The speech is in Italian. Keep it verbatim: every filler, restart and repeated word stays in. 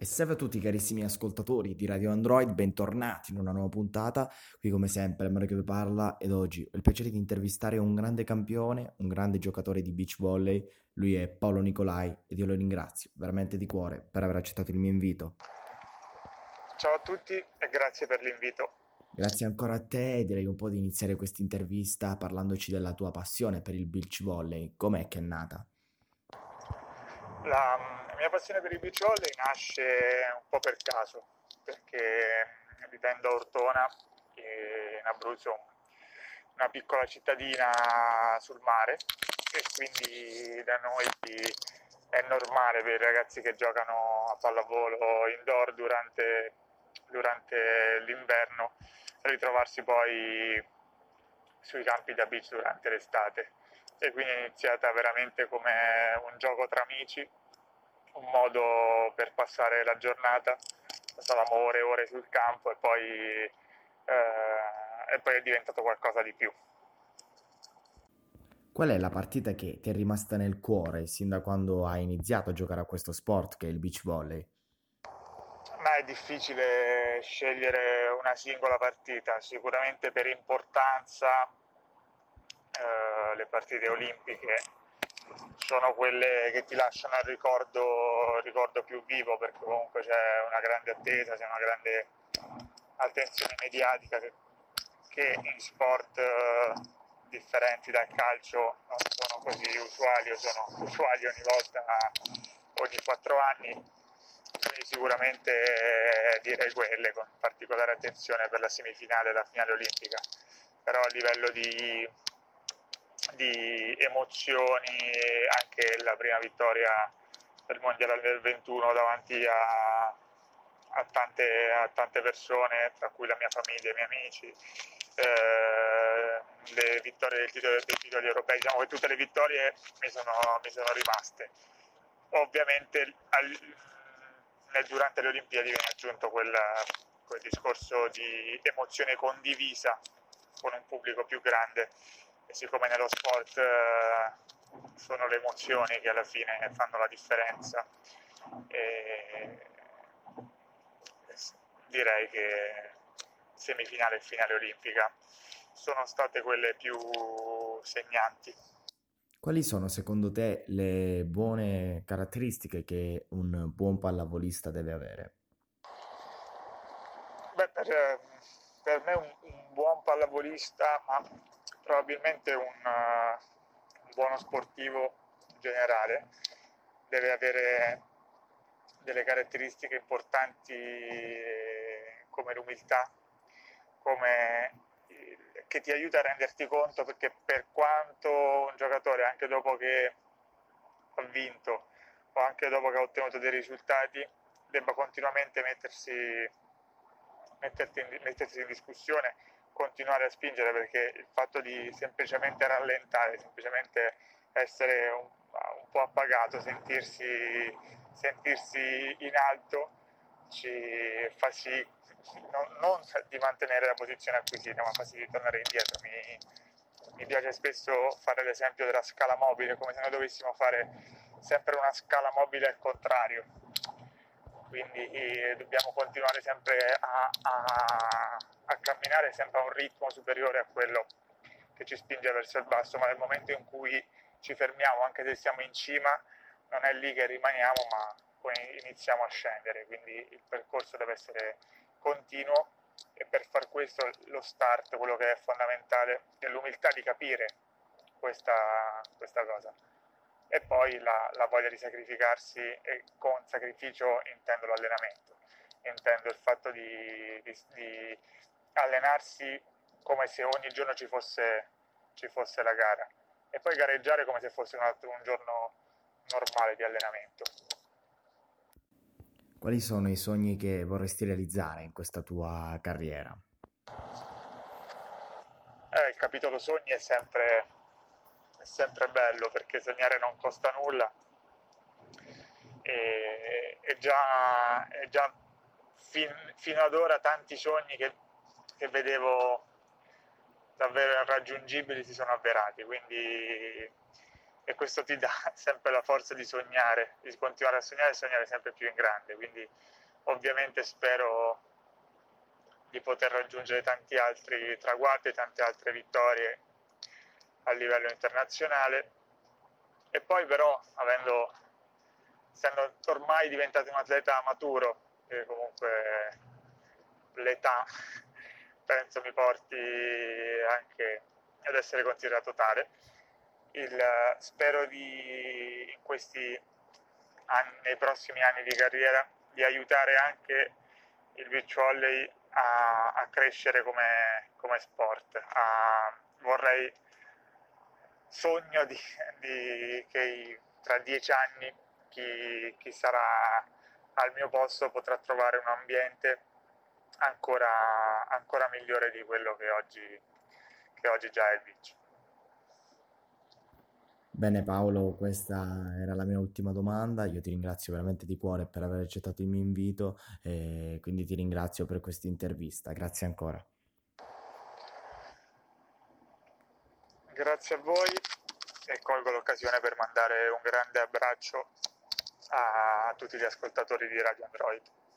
E salve a tutti carissimi ascoltatori di Radio Android, bentornati in una nuova puntata. Qui come sempre Mario che vi parla ed oggi ho il piacere di intervistare un grande campione, un grande giocatore di beach volley. Lui è Paolo Nicolai ed io lo ringrazio veramente di cuore per aver accettato il mio invito. Ciao a tutti e grazie per l'invito. Grazie ancora a te e direi un po' di iniziare questa intervista parlandoci della tua passione per il beach volley. Com'è che è nata? La, la mia passione per il beach volley nasce un po' per caso, perché vivendo a Ortona, in Abruzzo, una piccola cittadina sul mare, e quindi da noi è normale per i ragazzi che giocano a pallavolo indoor durante, durante l'inverno ritrovarsi poi sui campi da beach durante l'estate. E quindi è iniziata veramente come un gioco tra amici, un modo per passare la giornata. Stavamo ore e ore sul campo e poi, eh, e poi è diventato qualcosa di più. Qual è la partita che ti è rimasta nel cuore sin da quando hai iniziato a giocare a questo sport che è il beach volley? Ma è difficile scegliere una singola partita, sicuramente per importanza eh, le partite olimpiche sono quelle che ti lasciano il ricordo, il ricordo più vivo, perché comunque c'è una grande attesa, c'è una grande attenzione mediatica che, che in sport eh, differenti dal calcio non sono così usuali o sono usuali ogni volta, ogni quattro anni. Quindi sicuramente eh, direi quelle, con particolare attenzione per la semifinale e la finale olimpica. Però a livello di, di emozioni, anche la prima vittoria del mondiale del ventuno davanti a, a, tante, a tante persone, tra cui la mia famiglia e i miei amici, eh, le vittorie del titolo, dei titoli europei, diciamo che tutte le vittorie mi sono, mi sono rimaste. Ovviamente al, nel, durante le Olimpiadi viene aggiunto quel, quel discorso di emozione condivisa con un pubblico più grande, e siccome nello sport eh, sono le emozioni che alla fine fanno la differenza, e direi che semifinale e finale olimpica sono state quelle più segnanti. Quali sono secondo te le buone caratteristiche che un buon pallavolista deve avere? Beh, per, per me un, un buon pallavolista, ma probabilmente un, uh, un buono sportivo in generale, deve avere delle caratteristiche importanti eh, come l'umiltà, come il, che ti aiuta a renderti conto, perché per quanto un giocatore, anche dopo che ha vinto o anche dopo che ha ottenuto dei risultati, debba continuamente mettersi, in, mettersi in discussione, continuare a spingere, perché il fatto di semplicemente rallentare, semplicemente essere un, un po' appagato, sentirsi, sentirsi in alto, ci fa sì non, non di mantenere la posizione acquisita, ma fa sì di tornare indietro. Mi, mi piace spesso fare l'esempio della scala mobile, come se noi dovessimo fare sempre una scala mobile al contrario, quindi eh, dobbiamo continuare sempre a, a, a camminare sempre a un ritmo superiore a quello che ci spinge verso il basso, ma nel momento in cui ci fermiamo, anche se siamo in cima, non è lì che rimaniamo, ma poi iniziamo a scendere, quindi il percorso deve essere continuo, e per far questo lo start, quello che è fondamentale, è l'umiltà di capire questa, questa cosa, e poi la, la voglia di sacrificarsi, e con sacrificio intendo l'allenamento, intendo il fatto di, di, di allenarsi come se ogni giorno ci fosse, ci fosse la gara, e poi gareggiare come se fosse un, altro, un giorno normale di allenamento. Quali sono i sogni che vorresti realizzare in questa tua carriera? Eh, il capitolo sogni è sempre, è sempre bello, perché sognare non costa nulla, e, e già, e già fin, fino ad ora tanti sogni che, che vedevo davvero irraggiungibili si sono avverati, quindi e questo ti dà sempre la forza di sognare, di continuare a sognare e sognare sempre più in grande, quindi ovviamente spero di poter raggiungere tanti altri traguardi, tante altre vittorie a livello internazionale. E poi però, avendo, essendo ormai diventato un atleta maturo, che comunque l'età penso mi porti anche ad essere considerato tale, il, spero di in questi anni, nei prossimi anni di carriera, di aiutare anche il beach volley a, a crescere come, come sport. A, vorrei sogno di, di che tra dieci anni chi, chi sarà al mio posto potrà trovare un ambiente ancora, ancora migliore di quello che oggi, che oggi già è il beach. Bene Paolo, questa era la mia ultima domanda. Io ti ringrazio veramente di cuore per aver accettato il mio invito e quindi ti ringrazio per questa intervista. Grazie ancora. Grazie a voi e colgo l'occasione per mandare un grande abbraccio a tutti gli ascoltatori di Radio Android.